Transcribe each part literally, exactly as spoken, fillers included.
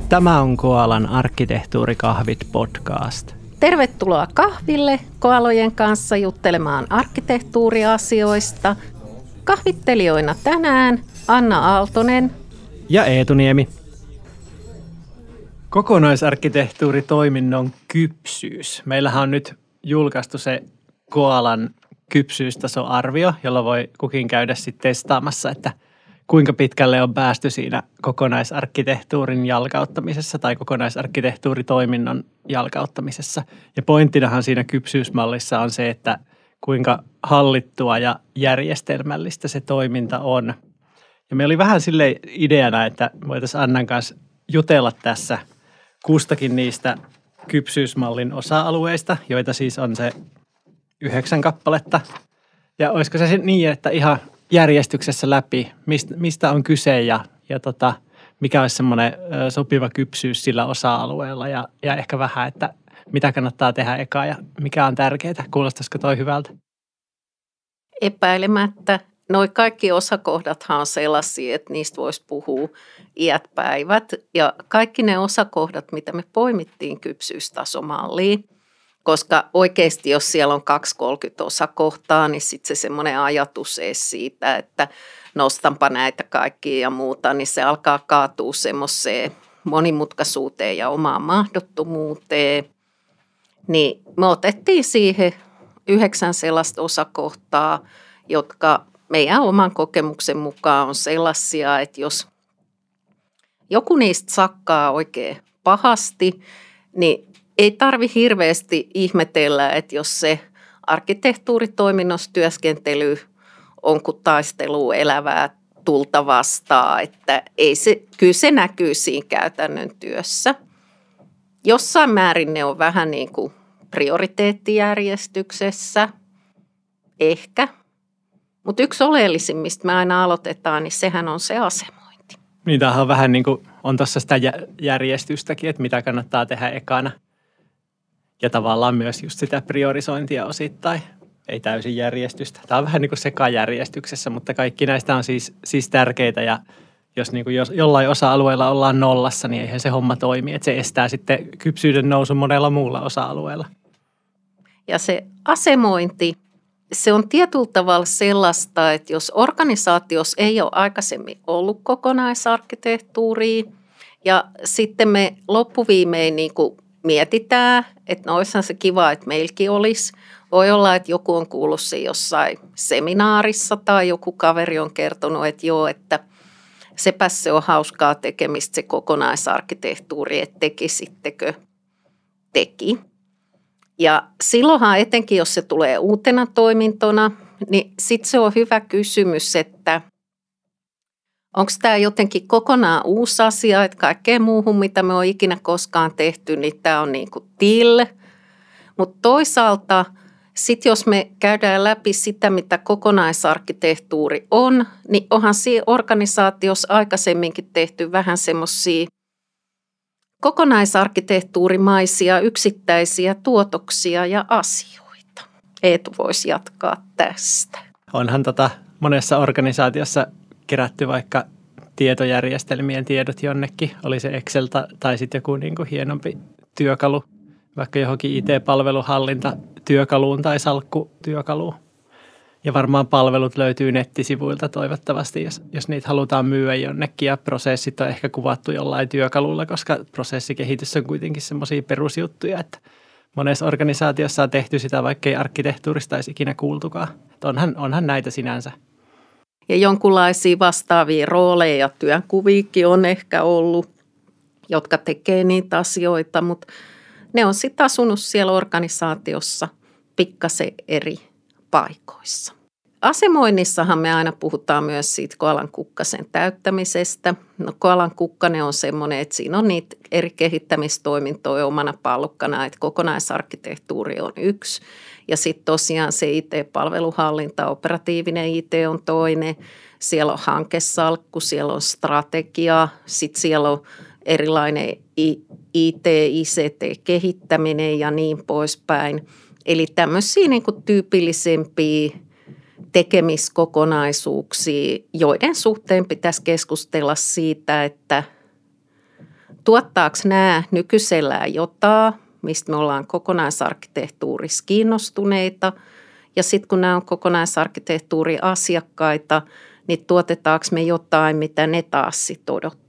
Tämä on Koalan Arkkitehtuurikahvit podcast. Tervetuloa kahville koalojen kanssa juttelemaan arkkitehtuuriasioista. Kahvittelijoina tänään Anna Aaltonen ja Eetu Niemi. Kokonaisarkkitehtuuritoiminnon kypsyys. Meillähän on nyt julkaistu se Koalan kypsyystasoarvio, jolla voi kukin käydä sitten testaamassa, että kuinka pitkälle on päästy siinä kokonaisarkkitehtuurin jalkauttamisessa tai kokonaisarkkitehtuuritoiminnon jalkauttamisessa. Ja pointtinahan siinä kypsyysmallissa on se, että kuinka hallittua ja järjestelmällistä se toiminta on. Ja meillä oli vähän sille ideana, että voitaisiin Annan kanssa jutella tässä kustakin niistä kypsyysmallin osa-alueista, joita siis on se yhdeksän kappaletta. Ja olisiko se niin, että ihan järjestyksessä läpi, mistä, mistä on kyse ja, ja tota, mikä olisi semmoinen sopiva kypsyys sillä osa-alueella ja, ja ehkä vähän, että mitä kannattaa tehdä eka ja mikä on tärkeää. Kuulostaisiko toi hyvältä? Epäilemättä. Noi kaikki osakohdathan on sellaisia, että niistä voisi puhua iät päivät. Ja kaikki ne osakohdat, mitä me poimittiin kypsyystasomalliin, koska oikeasti jos siellä on kaksikymmentä osakohtaa, niin sitten se semmoinen ajatus ees siitä, että nostanpa näitä kaikkia ja muuta, niin se alkaa kaatua semmoiseen monimutkaisuuteen ja omaan mahdottomuuteen. Niin me otettiin siihen yhdeksän sellaista osakohtaa, jotka meidän oman kokemuksen mukaan on sellaisia, että jos joku niistä sakkaa oikein pahasti, niin ei tarvi hirveästi ihmetellä, että jos se arkkitehtuuritoiminnossa työskentely on kuin taistelu elävää tulta vastaan, että ei se, kyllä se näkyy siinä käytännön työssä. Jossain määrin ne on vähän niin kuin prioriteettijärjestyksessä, ehkä. Mutta yksi oleellisimmista me aina aloitetaan, niin sehän on se asemointi. Niin, tämähän on vähän niin kuin, on tuossa sitä järjestystäkin, että mitä kannattaa tehdä ekana. Ja tavallaan myös just sitä priorisointia osittain, ei täysin järjestystä. Tämä on vähän niin kuin sekajärjestyksessä, mutta kaikki näistä on siis, siis tärkeitä ja jos, niin kuin jos jollain osa-alueella ollaan nollassa, niin eihän se homma toimi. Että se estää sitten kypsyyden nousun monella muulla osa-alueella. Ja se asemointi, se on tietyllä tavalla sellaista, että jos organisaatiossa ei ole aikaisemmin ollut kokonaisarkkitehtuuria ja sitten me loppuviimein niin kuin mietitään, että no olisihan se kiva, että meilläkin olisi. Voi olla, että joku on kuullut se jossain seminaarissa tai joku kaveri on kertonut, että joo, että sepäs se on hauskaa tekemistä se kokonaisarkkitehtuuri, että tekisittekö teki. Ja silloinhan etenkin, jos se tulee uutena toimintona, niin sitten se on hyvä kysymys, että onko tämä jotenkin kokonaan uusi asia, että kaikkeen muuhun, mitä me on ikinä koskaan tehty, niin tämä on niin kuin till. Mutta toisaalta sitten jos me käydään läpi sitä, mitä kokonaisarkkitehtuuri on, niin onhan siinä organisaatiossa aikaisemminkin tehty vähän semmoisia kokonaisarkkitehtuurimaisia yksittäisiä tuotoksia ja asioita. Eetu voisi jatkaa tästä. Onhan tota monessa organisaatiossa kerätty vaikka tietojärjestelmien tiedot jonnekin, oli se Excel tai sitten joku niin kuin hienompi työkalu, vaikka johonkin I T-palveluhallintatyökaluun tai salkkutyökaluun. Ja varmaan palvelut löytyy nettisivuilta toivottavasti, jos, jos niitä halutaan myyä jonnekin ja prosessit on ehkä kuvattu jollain työkalulla, koska prosessikehitys on kuitenkin semmoisia perusjuttuja, että monessa organisaatiossa on tehty sitä, vaikka ei arkkitehtuurista olisi ikinä kuultukaan. Onhan, onhan näitä sinänsä. Ja jonkunlaisia vastaavia rooleja ja työnkuviikin on ehkä ollut, jotka tekee niitä asioita, mutta ne on sitten asunut siellä organisaatiossa pikkasen eri paikoissa. Asemoinnissahan me aina puhutaan myös siitä koalan kukkasen täyttämisestä. No koalan kukkanen on semmoinen, että siinä on niitä eri kehittämistoimintoja omana pallukkana, että kokonaisarkkitehtuuri on yksi. Ja sitten tosiaan se I T-palveluhallinta, operatiivinen I T on toinen. Siellä on hankesalkku, siellä on strategia, sitten siellä on erilainen I T, I C T-kehittäminen ja niin poispäin. Eli tämmöisiä niin kuin tyypillisempiä tekemiskokonaisuuksia, joiden suhteen pitäisi keskustella siitä, että tuottaako nämä nykyisellään jotain, mistä me ollaan kokonaisarkkitehtuurissa kiinnostuneita. Ja sitten kun nämä on kokonaisarkkitehtuuriasiakkaita, niin tuotetaanko me jotain, mitä ne taas sitten odottaa.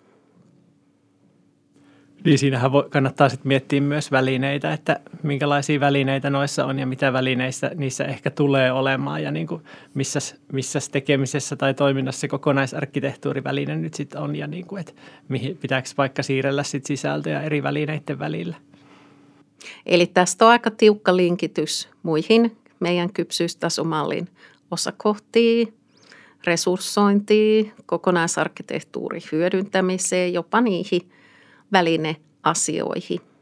Niin siinähän voi, kannattaa sitten miettiä myös välineitä, että minkälaisia välineitä noissa on ja mitä välineissä niissä ehkä tulee olemaan ja niin kuin missäs, missäs tekemisessä tai toiminnassa se kokonaisarkkitehtuuriväline nyt sitten on ja niin kuin, että mihin, pitääkö vaikka siirrellä sit sisältöjä eri välineiden välillä. Eli tästä on aika tiukka linkitys muihin meidän kypsyystasomallin osakohtiin, resurssointiin, kokonaisarkkitehtuurin hyödyntämiseen, jopa niihin välineasioihin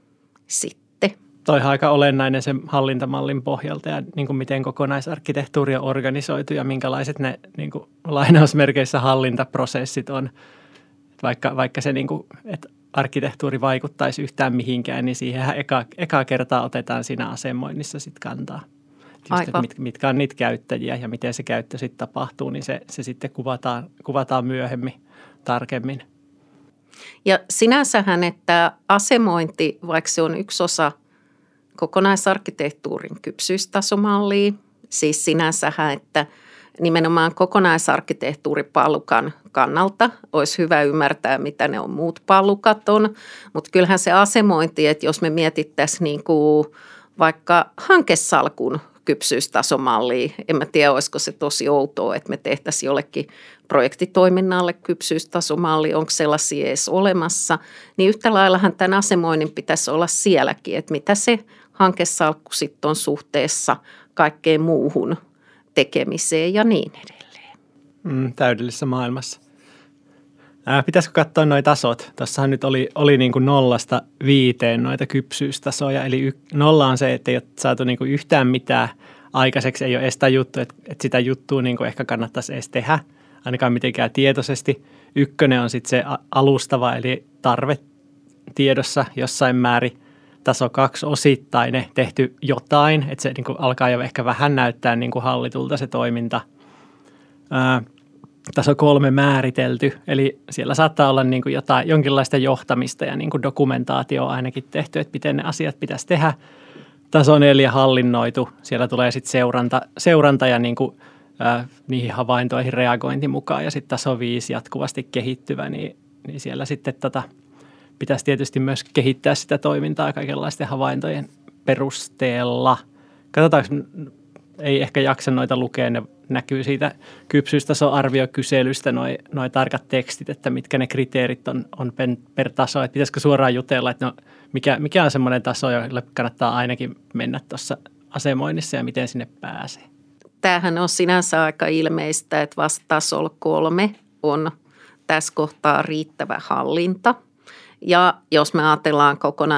sitten. Toi on aika olennainen sen hallintamallin pohjalta ja niin kuin miten kokonaisarkkitehtuuri on organisoitu ja minkälaiset ne niin kuin lainausmerkeissä hallintaprosessit on. Vaikka, vaikka se, niin kuin, että arkkitehtuuri vaikuttaisi yhtään mihinkään, niin siihenhän eka, eka kertaa otetaan siinä asemoinnissa sitten kantaa. Just, että mit, mitkä on niitä käyttäjiä ja miten se käyttö sitten tapahtuu, niin se, se sitten kuvataan, kuvataan myöhemmin tarkemmin. Ja sinänsähän, että asemointi, vaikka se on yksi osa kokonaisarkkitehtuurin kypsyystasomallia, siis sinänsähän, että nimenomaan kokonaisarkkitehtuuripallukan kannalta olisi hyvä ymmärtää, mitä ne on muut pallukat on, mutta kyllähän se asemointi, että jos me mietittäisiin niin kuin vaikka hankesalkun kypsyystasomallia, en mä tiedä, olisiko se tosi outoa, että me tehtäisiin jollekin projektitoiminnalle kypsyystasomalli, onko sellaisia edes olemassa, niin yhtä laillahan tämän asemoinnin pitäisi olla sielläkin, että mitä se hankesalkku sitten on suhteessa kaikkeen muuhun tekemiseen ja niin edelleen. Mm, täydellisessä maailmassa. Ää, pitäisikö katsoa nuo tasot? Tuossahan nyt oli, oli niin kuin nollasta viiteen noita kypsyystasoja, eli y, nolla on se, että ei ole saatu niin kuin yhtään mitään aikaiseksi, ei ole edes sitä juttua, että, että sitä juttua niin kuin ehkä kannattaisi edes tehdä, ainakaan mitenkään tietoisesti. Ykkönen on sitten se alustava, eli tarve tiedossa jossain määrin. Taso kaksi osittainen, tehty jotain, että se niin kuin alkaa jo ehkä vähän näyttää niin kuin hallitulta se toiminta. Ää, taso kolme määritelty, eli siellä saattaa olla niin kuin jotain, jonkinlaista johtamista ja niin kuin dokumentaatio on ainakin tehty, että miten ne asiat pitäisi tehdä. Taso neljä hallinnoitu, siellä tulee sitten seuranta, seuranta ja niin kuin, ää, niihin havaintoihin reagointi mukaan ja sitten taso viisi jatkuvasti kehittyvä, niin, niin siellä sitten tota, pitäisi tietysti myös kehittää sitä toimintaa kaikenlaisten havaintojen perusteella. Katsotaanko, ei ehkä jaksa noita lukea, ne näkyy siitä kypsyystasoarviokyselystä noi, noi tarkat tekstit, että mitkä ne kriteerit on, on per taso. Että pitäisikö suoraan jutella, että no, mikä, mikä on semmoinen taso, jolle kannattaa ainakin mennä tuossa asemoinnissa ja miten sinne pääsee? Tämähän on sinänsä aika ilmeistä, että vasta tasolla kolme on tässä kohtaa riittävä hallinta. Ja jos me ajatellaan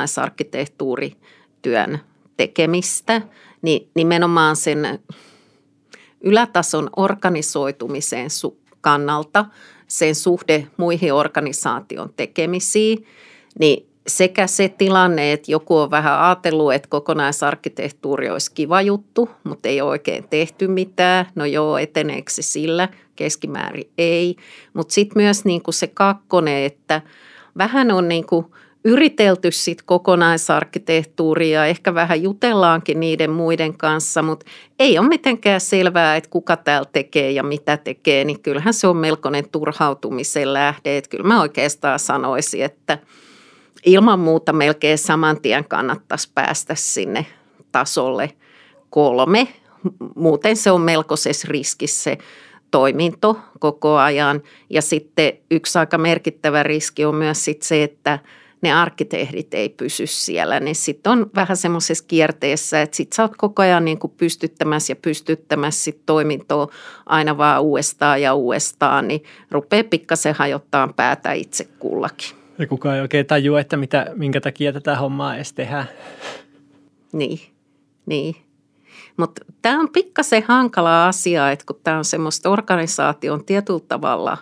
kokonaisarkkitehtuurityön tekemistä, niin nimenomaan sen ylätason organisoitumisen kannalta, sen suhde muihin organisaation tekemisiin, niin sekä se tilanne, että joku on vähän ajatellut, että kokonaisarkkitehtuuri olisi kiva juttu, mutta ei oikein tehty mitään. No joo, eteneekö se sillä? Keskimäärin ei. Mutta sitten myös niin kuin se kakkonen, että vähän on niin kuin yritelty sitten kokonaisarkkitehtuuria ja ehkä vähän jutellaankin niiden muiden kanssa, mutta ei ole mitenkään selvää, että kuka täällä tekee ja mitä tekee, niin kyllähän se on melkoinen turhautumisen lähde. Että kyllä mä oikeastaan sanoisin, että ilman muuta melkein saman tien kannattaisi päästä sinne tasolle kolme. Muuten se on melkoisessa riskissä se toiminto koko ajan. Ja sitten yksi aika merkittävä riski on myös sit se, että ne arkkitehdit ei pysy siellä. Ne sitten on vähän semmoisessa kierteessä, että sitten sä oot koko ajan niin kuin pystyttämässä ja pystyttämässä sit toimintoa aina vaan uudestaan ja uudestaan, niin rupeaa pikkasen hajottaa päätä itse kullakin. Ja kukaan ei oikein tajua, että mitä, minkä takia tätä hommaa edes tehdään. Niin, niin. Mutta tämä on pikkasen hankala asia, että kun tämä on semmoista organisaation tietyllä tavalla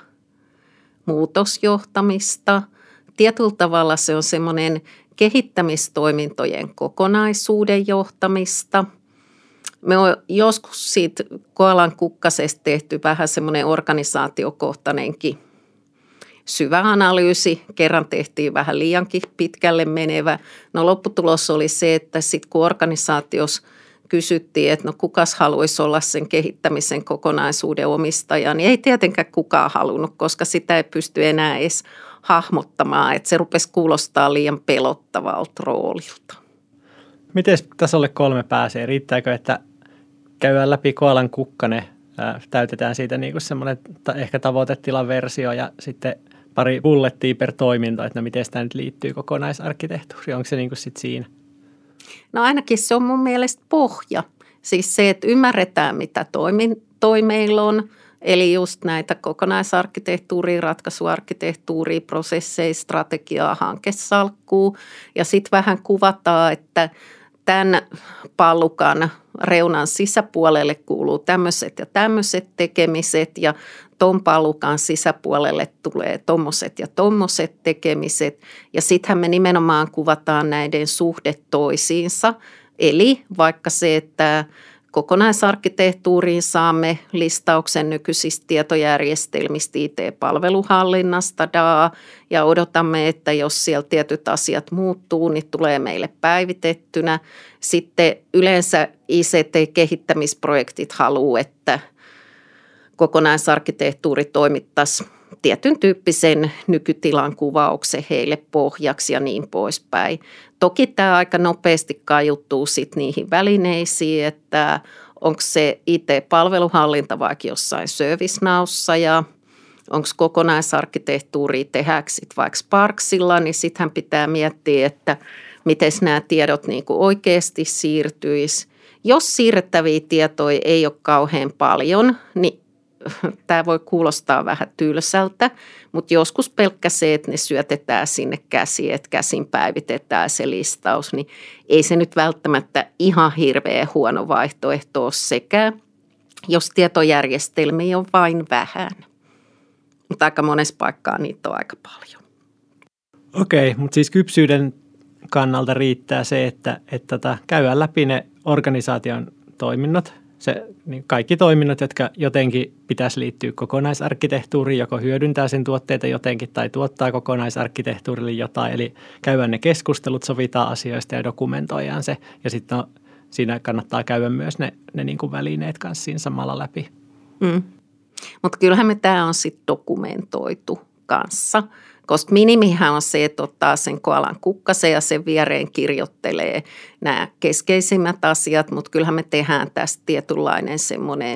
muutosjohtamista, tietyllä tavalla se on semmoinen kehittämistoimintojen kokonaisuuden johtamista. Me on joskus siitä Koalan kukkasesta tehty vähän semmoinen organisaatiokohtainenkin syvä analyysi. Kerran tehtiin vähän liiankin pitkälle menevä. No lopputulos oli se, että sitten kun organisaatiossa kysyttiin, että no kukas haluaisi olla sen kehittämisen kokonaisuuden omistaja, niin ei tietenkään kukaan halunnut, koska sitä ei pysty enää edes hahmottamaan, että se rupesi kuulostaa liian pelottavalta roolilta. Miten tasolle kolme pääsee? Riittääkö, että käydään läpi koalan kukkanen, ää, täytetään siitä niin kuin semmoinen ta- ehkä tavoitetilan versio ja sitten pari bullettia per toiminto, että no miten sitä nyt liittyy kokonaisarkkitehtuuriin, onko se niin kuin sitten siinä? No ainakin se on mun mielestä pohja. Siis se, että ymmärretään mitä toimintoja meillä on, eli just näitä kokonaisarkkitehtuuria, ratkaisuarkkitehtuuria, prosesseja, strategiaa, hankesalkkuu ja sitten vähän kuvataan, että tämän pallukan reunan sisäpuolelle kuuluu tämmöiset ja tämmöiset tekemiset ja ton pallukan sisäpuolelle tulee tommoset ja tommoset tekemiset ja sittenhän me nimenomaan kuvataan näiden suhde toisiinsa. Eli vaikka se, että kokonaisarkkitehtuuriin saamme listauksen nykyisistä tietojärjestelmistä, I T-palveluhallinnasta, D A A, ja odotamme, että jos siellä tietyt asiat muuttuu, niin tulee meille päivitettynä. Sitten yleensä I C T-kehittämisprojektit haluaa, että kokonaisarkkitehtuuri toimittaisi tietyn tyyppisen nykytilan kuvauksen heille pohjaksi ja niin poispäin. Toki tämä aika nopeasti kaiuttuu sitten niihin välineisiin, että onko se I T-palveluhallinta vaikka jossain ServiceNowssa ja onko kokonaisarkkitehtuuria tehdäänkö sitten vaikka Sparksilla, niin sittenhän pitää miettiä, että miten nämä tiedot niin kuin oikeasti siirtyisi. Jos siirrettäviä tietoja ei ole kauhean paljon, niin tämä voi kuulostaa vähän tylsältä, mutta joskus pelkkä se, että ne syötetään sinne käsiin, että käsin päivitetään se listaus, niin ei se nyt välttämättä ihan hirveän huono vaihtoehto ole sekään, jos tietojärjestelmiä on vain vähän. Mutta aika monessa paikkaa niitä on aika paljon. Okei, mutta siis kypsyyden kannalta riittää se, että, että tota, käydään läpi ne organisaation toiminnot, se, niin kaikki toiminnot, jotka jotenkin pitäisi liittyä kokonaisarkkitehtuuriin, joko hyödyntää sen tuotteita jotenkin tai tuottaa kokonaisarkkitehtuurille jotain. Eli käydään ne keskustelut, sovitaan asioista ja dokumentoidaan se. Ja sitten no, siinä kannattaa käydä myös ne, ne niin kuin välineet kanssa siinä samalla läpi. Mm. Mutta kyllähän me tämä on sitten dokumentoitu kanssa. Koska minimihän on se, että ottaa sen koalan kukkasen ja sen viereen kirjoittelee nämä keskeisimmät asiat, mutta kyllähän me tehdään tästä tietynlainen semmoinen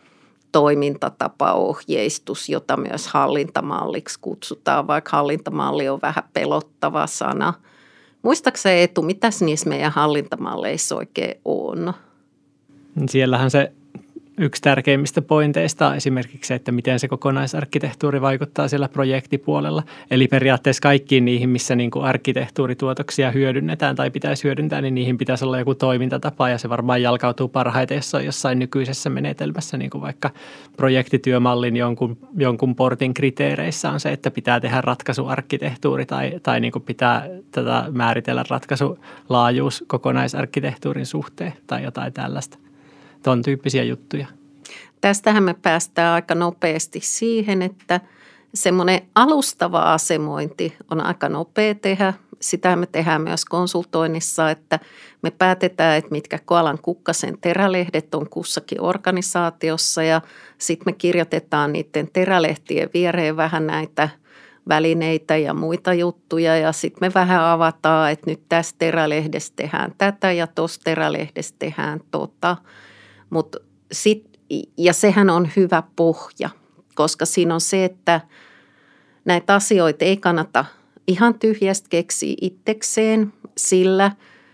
toimintatapaohjeistus, jota myös hallintamalliksi kutsutaan, vaikka hallintamalli on vähän pelottava sana. Muistaakseni Eetu, mitäs niissä meidän hallintamalleissa oikein on? Siellähän se yksi tärkeimmistä pointeista on esimerkiksi se, että miten se kokonaisarkkitehtuuri vaikuttaa siellä projektipuolella. Eli periaatteessa kaikkiin niihin, missä niin kuin arkkitehtuurituotoksia hyödynnetään tai pitäisi hyödyntää, niin niihin pitäisi olla joku toimintatapa ja se varmaan jalkautuu parhaiten, jos on jossain nykyisessä menetelmässä, niin kuin vaikka projektityömallin jonkun, jonkun portin kriteereissä on se, että pitää tehdä ratkaisuarkkitehtuuri tai, tai niin kuin pitää tätä määritellä ratkaisullaajuus kokonaisarkkitehtuurin suhteen tai jotain tällaista. Tuon tyyppisiä juttuja. Tästähän me päästään aika nopeasti siihen, että semmoinen alustava asemointi on aika nopea tehdä. Sitä me tehdään myös konsultoinnissa, että me päätetään, että mitkä koalan kukkasen terälehdet on kussakin organisaatiossa ja sitten me kirjoitetaan niiden terälehtien viereen vähän näitä välineitä ja muita juttuja ja sitten me vähän avataan, että nyt tässä terälehdessä tehdään tätä ja tuossa terälehdessä tehdään tota. Mut sit, ja sehän on hyvä pohja, koska siinä on se, että näitä asioita ei kannata ihan tyhjästä keksiä itsekseen, sillä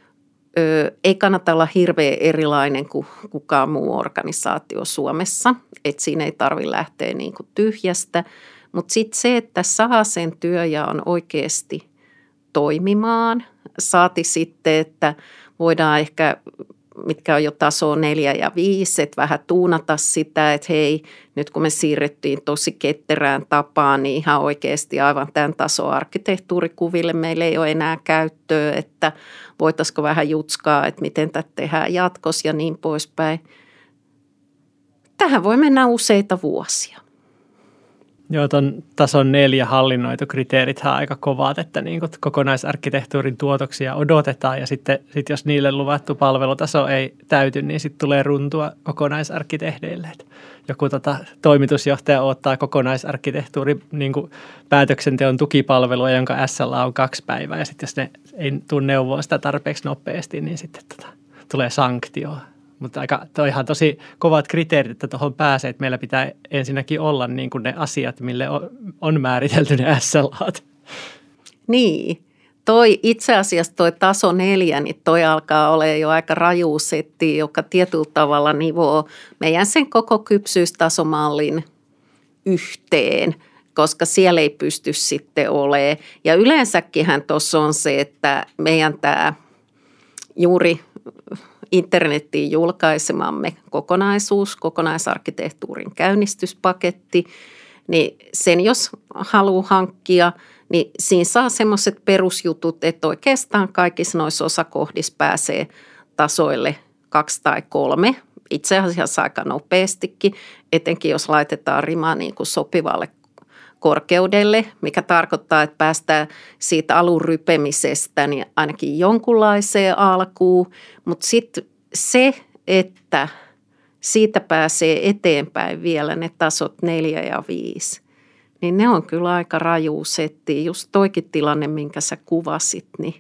ö, ei kannata olla hirveän erilainen kuin kukaan muu organisaatio Suomessa, että siinä ei tarvitse lähteä niin kuin tyhjästä, mutta sitten se, että saa sen työjaon oikeasti toimimaan, saati sitten, että voidaan ehkä mitkä on jo taso neljä ja viisi, että vähän tuunata sitä, että hei, nyt kun me siirryttiin tosi ketterään tapaan, niin ihan oikeasti aivan tämän tason arkkitehtuurikuville meillä ei ole enää käyttöä, että voitaisiko vähän jutskaa, että miten tätä tehdään jatkossa ja niin poispäin. Tähän voi mennä useita vuosia. Joo, tuon tason neljä hallinnoitukriteerithän on aika kovat, että niin kuin kokonaisarkkitehtuurin tuotoksia odotetaan ja sitten sit jos niille luvattu palvelutaso ei täyty, niin sitten tulee runtua kokonaisarkkitehdeille. Et joku tota, toimitusjohtaja odottaa kokonaisarkkitehtuurin niin kuin päätöksenteon tukipalvelua, jonka S L A on kaksi päivää ja sitten jos ne ei tule neuvoa sitä tarpeeksi nopeasti, niin sitten tota, tulee sanktio. Mutta aika, toihan tosi kovat kriteerit, että tuohon pääsee, että meillä pitää ensinnäkin olla niin kuin ne asiat, mille on, on määritelty ne S L A:t. Niin, toi itse asiassa toi taso neljä, niin toi alkaa olemaan jo aika raju setti, joka tietyllä tavalla nivoo meidän sen koko kypsyystasomallin yhteen, koska siellä ei pysty sitten olemaan. Ja yleensäkinhän tuossa on se, että meidän tämä juuri internettiin julkaisemamme kokonaisuus, kokonaisarkkitehtuurin käynnistyspaketti, niin sen jos haluaa hankkia, niin siinä saa semmoiset perusjutut, että oikeastaan kaikissa noissa osakohdissa pääsee tasoille kaksi tai kolme, itse asiassa aika nopeastikin, etenkin jos laitetaan rima niin kuin sopivalle korkeudelle, mikä tarkoittaa, että päästään siitä alun rypemisestä niin ainakin jonkunlaiseen alkuun, mutta sitten se, että siitä pääsee eteenpäin vielä ne tasot neljä ja viisi, niin ne on kyllä aika raju setti. Just toikin tilanne, minkä sä kuvasit, niin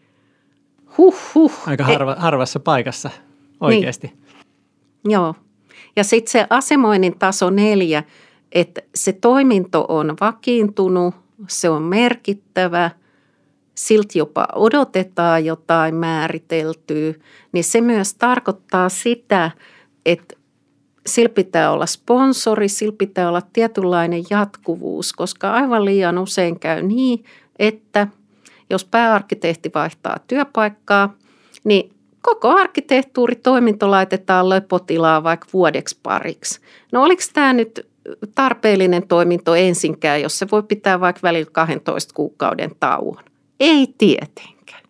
huh huh. Aika harva, harvassa paikassa oikeasti. Niin. Joo. Ja sitten se asemoinnin taso neljä, että se toiminto on vakiintunut, se on merkittävä, silti jopa odotetaan jotain määriteltyä, niin se myös tarkoittaa sitä, että sillä pitää olla sponsori, sillä pitää olla tietynlainen jatkuvuus, koska aivan liian usein käy niin, että jos pääarkkitehti vaihtaa työpaikkaa, niin koko arkkitehtuuritoiminto laitetaan lepotilaan vaikka vuodeksi pariksi. No oliko tämä nyt tarpeellinen toiminto ensinkään, jos se voi pitää vaikka välillä kahdentoista kuukauden tauon? Ei tietenkään.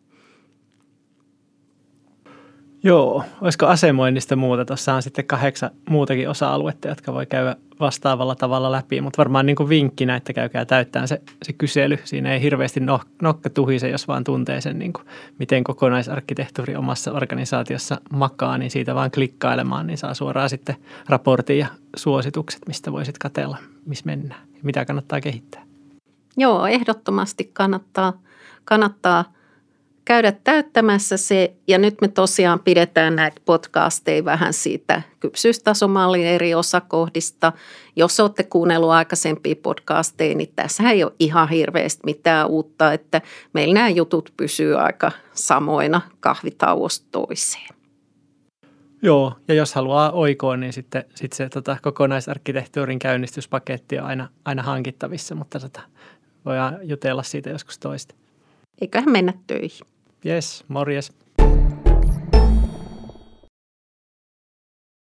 Joo, olisiko asemoinnista muuta? Tuossa on sitten kahdeksan muutakin osa-aluetta, jotka voi käydä vastaavalla tavalla läpi, mutta varmaan niin kuin vinkkinä, että käykää täyttämään se, se kysely. Siinä ei hirveästi nokka tuhise, jos vaan tuntee sen, niin kuin, miten kokonaisarkkitehtuuri omassa organisaatiossa makaa, niin siitä vaan klikkailemaan, niin saa suoraan sitten raportin ja suositukset, mistä voisit katsella, missä mennään ja mitä kannattaa kehittää. Joo, ehdottomasti kannattaa, kannattaa käydä täyttämässä se, ja nyt me tosiaan pidetään näitä podcasteja vähän siitä kypsyystasomallin eri osakohdista. Jos olette kuunnellut aikaisempia podcasteja, niin tässä ei ole ihan hirveästi mitään uutta, että meillä nämä jutut pysyy aika samoina kahvitauosta toiseen. Joo, ja jos haluaa oikoa, niin sitten, sitten se tota, kokonaisarkkitehtuurin käynnistyspaketti on aina, aina hankittavissa, mutta tota, voidaan jutella siitä joskus toista. Eiköhän mennä töihin. Jes, morjes.